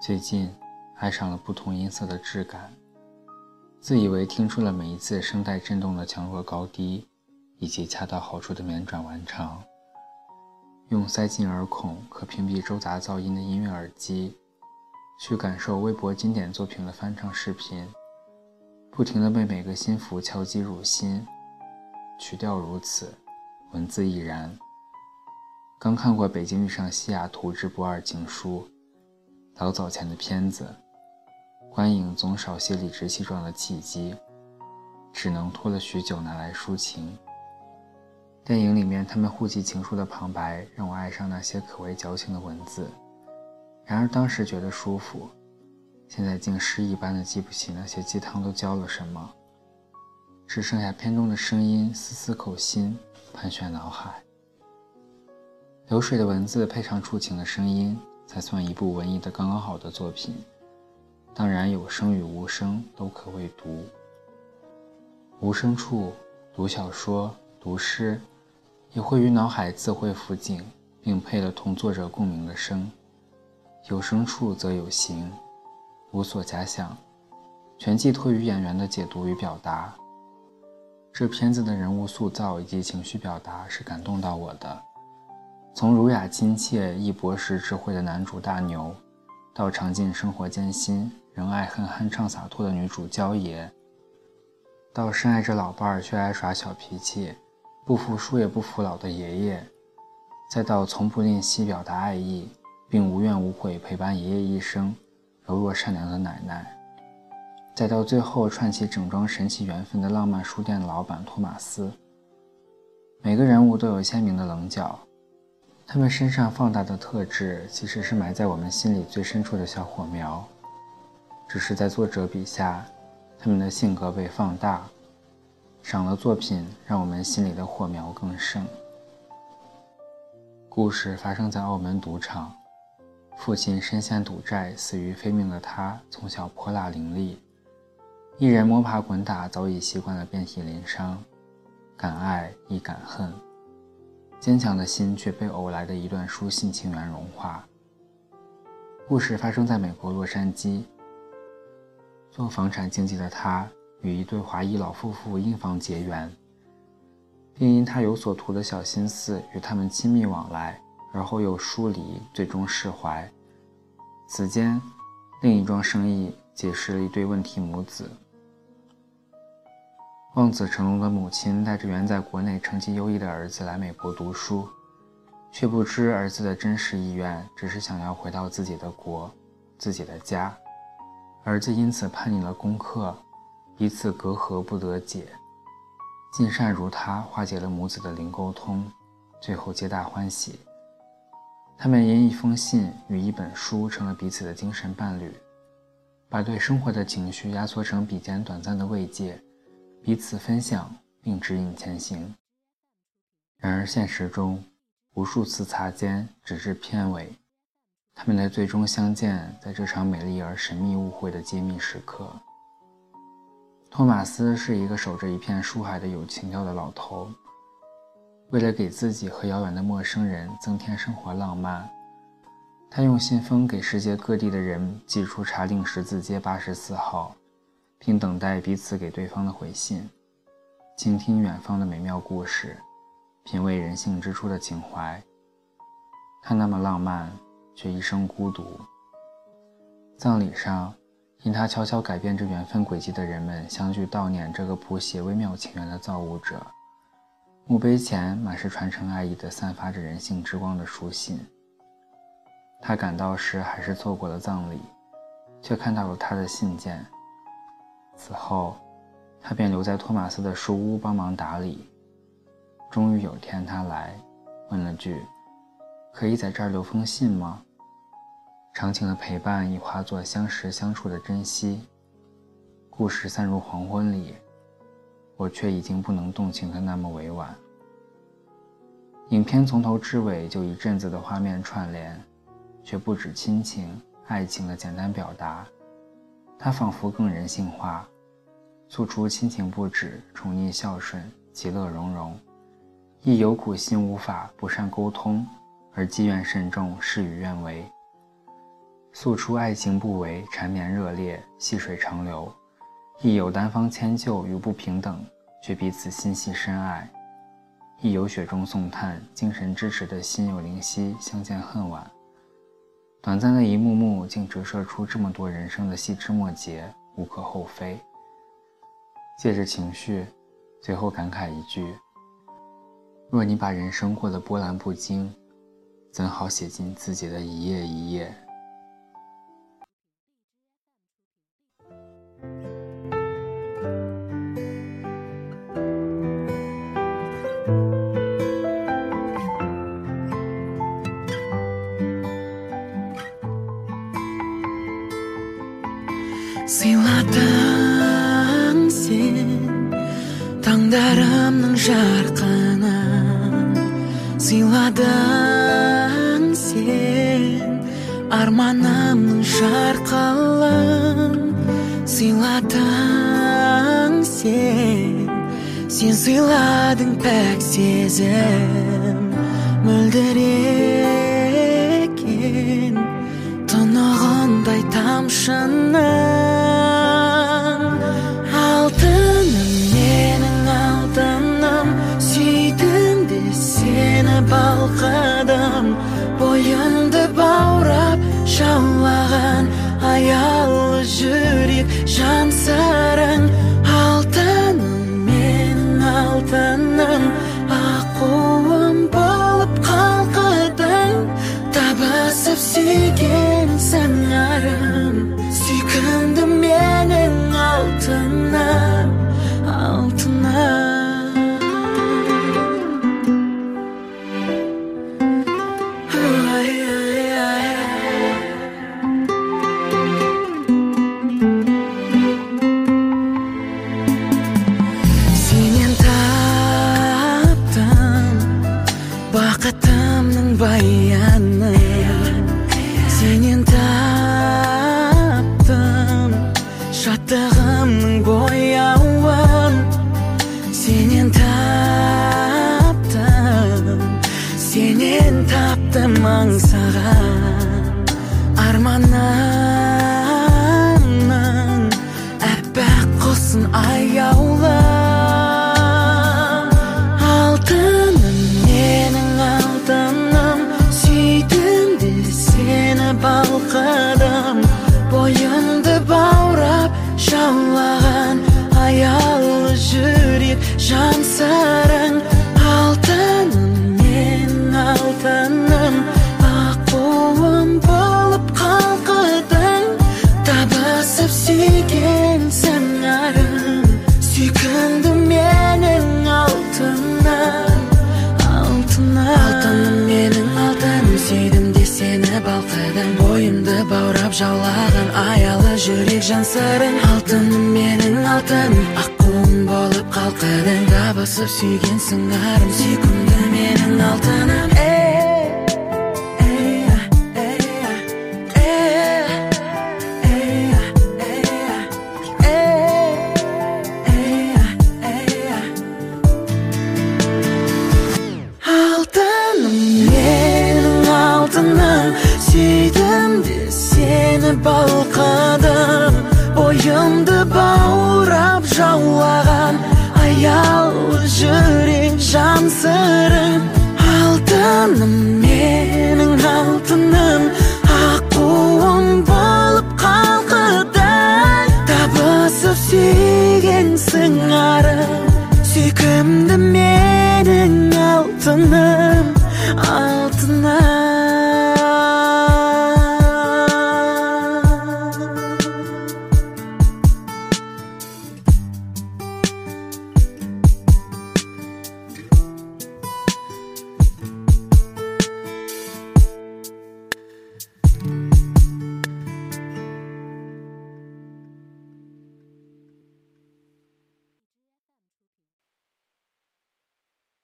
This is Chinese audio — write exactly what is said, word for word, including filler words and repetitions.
最近爱上了不同音色的质感，自以为听出了每一次声带震动的强弱高低，以及恰到好处的绵转弯长。用塞进耳孔可屏蔽周杂噪音的音乐耳机，去感受微博经典作品的翻唱视频，不停地被每个心符敲击入心。曲调如此，文字亦然。刚看过北京遇上西雅图之不二情书，老早前的片子，观影总少些理直气壮的契机，只能拖了许久拿来抒情。电影里面他们互寄情书的旁白，让我爱上那些可谓矫情的文字。然而当时觉得舒服，现在竟失忆般的记不起那些鸡汤都教了什么，只剩下片中的声音丝丝扣心，盘旋脑海。流水的文字配上触情的声音，才算一部文艺的刚刚好的作品。当然有声与无声都可谓读。无声处读小说、读诗，也会于脑海自绘浮景，并配了同作者共鸣的声。有声处则有形，无所假想，全寄托于演员的解读与表达。这片子的人物塑造以及情绪表达是感动到我的。从儒雅亲切、亦博识智慧的男主大牛，到尝尽生活艰辛仍爱恨酣畅洒脱的女主娇爷，到深爱着老伴儿却爱耍小脾气、不服输也不服老的爷爷，再到从不吝惜表达爱意并无怨无悔陪伴爷爷一生、柔弱善良的奶奶，再到最后串起整桩神奇缘分的浪漫书店的老板托马斯。每个人物都有鲜明的棱角，他们身上放大的特质其实是埋在我们心里最深处的小火苗，只是在作者笔下，他们的性格被放大，赏了作品让我们心里的火苗更盛。故事发生在澳门赌场，父亲深陷赌债死于非命的他从小泼辣伶俐，一人摸爬滚打早已习惯了遍体鳞伤，敢爱亦敢恨，坚强的心却被偶来的一段书信情缘融化。故事发生在美国洛杉矶，做房产经纪的他与一对华裔老夫妇因房结缘，并因他有所图的小心思与他们亲密往来，而后又疏离，最终释怀。此间另一桩生意结识了一对问题母子。望子成龙的母亲带着原在国内成绩优异的儿子来美国读书，却不知儿子的真实意愿只是想要回到自己的国、自己的家。儿子因此叛逆了功课，彼此隔阂不得解。尽善如他化解了母子的零沟通，最后皆大欢喜。他们因一封信与一本书成了彼此的精神伴侣，把对生活的情绪压缩成笔尖短暂的慰藉，彼此分享并指引前行。然而现实中，无数次擦肩直至片尾，他们的最终相见在这场美丽而神秘误会的揭秘时刻。托马斯是一个守着一片书海的有情调的老头，为了给自己和遥远的陌生人增添生活浪漫，他用信封给世界各地的人寄出查令十字街八十四号，并等待彼此给对方的回信，倾听远方的美妙故事，品味人性之初的情怀。他那么浪漫，却一生孤独。葬礼上，因他悄悄改变着缘分轨迹的人们相聚悼念这个谱写微妙情缘的造物者。墓碑前满是传承爱意的散发着人性之光的书信。他赶到时还是错过了葬礼，却看到了他的信件。此后，他便留在托马斯的书屋帮忙打理。终于有天他来，问了句：“可以在这儿留封信吗？”长情的陪伴已化作相识相处的珍惜。故事散入黄昏里，我却已经不能动情的那么委婉。影片从头至尾就一阵子的画面串联，却不止亲情、爱情的简单表达，它仿佛更人性化，诉出亲情不止、宠溺孝顺、其乐融融，亦有苦心无法、不善沟通，而积怨甚重、事与愿违。 诉出爱情不为缠绵热烈，细水长流，亦有单方迁就与不平等，却彼此心系深爱；亦有雪中送炭，精神支持的心有灵犀，相见恨晚。短暂的一幕幕，竟折射出这么多人生的细枝末节，无可厚非。借着情绪，最后感慨一句：若你把人生过得波澜不惊，怎好写进自己的一页一页。 Сыйладың сен таңдарымның жарқынын, сыйладың сен арманымның жарқылын, сыйладың сен, сен сыйладың пәк сезім мөлдіреген тұнығындай тамшының. Balqadım, boyundu baurab Şavlağan ayallı жүрек жан сарың. Алтыным, менің алтыным, аққуым болып қалқыдың. Табысып сүйген сыңарым, сүйкімді менің алтыным, алтыным. Бақытымның баяны, сенен таптым шаттығымның бояуын, сенен таптым, сенен таптым аңсаған арманымның әппақ құсын аяулы. Balqadım, boyundu baurab Şavlağan ayallı жүрек жан сарың. Алтыным, менің алтыным, аққуым болып қалқыдың. Табысып сүйген сыңарым, сүйкімді менің алтыным, алтыным. Алтыным, менің алтыным, сүйдім де сені балқыдың. Бойымды баурап жаулаған аялы жүрек жан сырың. Алтыным, менің алтыным, аққуым болып қалқыдың. Табысып сүйген сыңарым, сүйкімді менің алтыным. Сүйдім де сені балқыдым, бойымды баурап жаулаған аялы жүрек жан сырың. Алтыным, менің алтыным,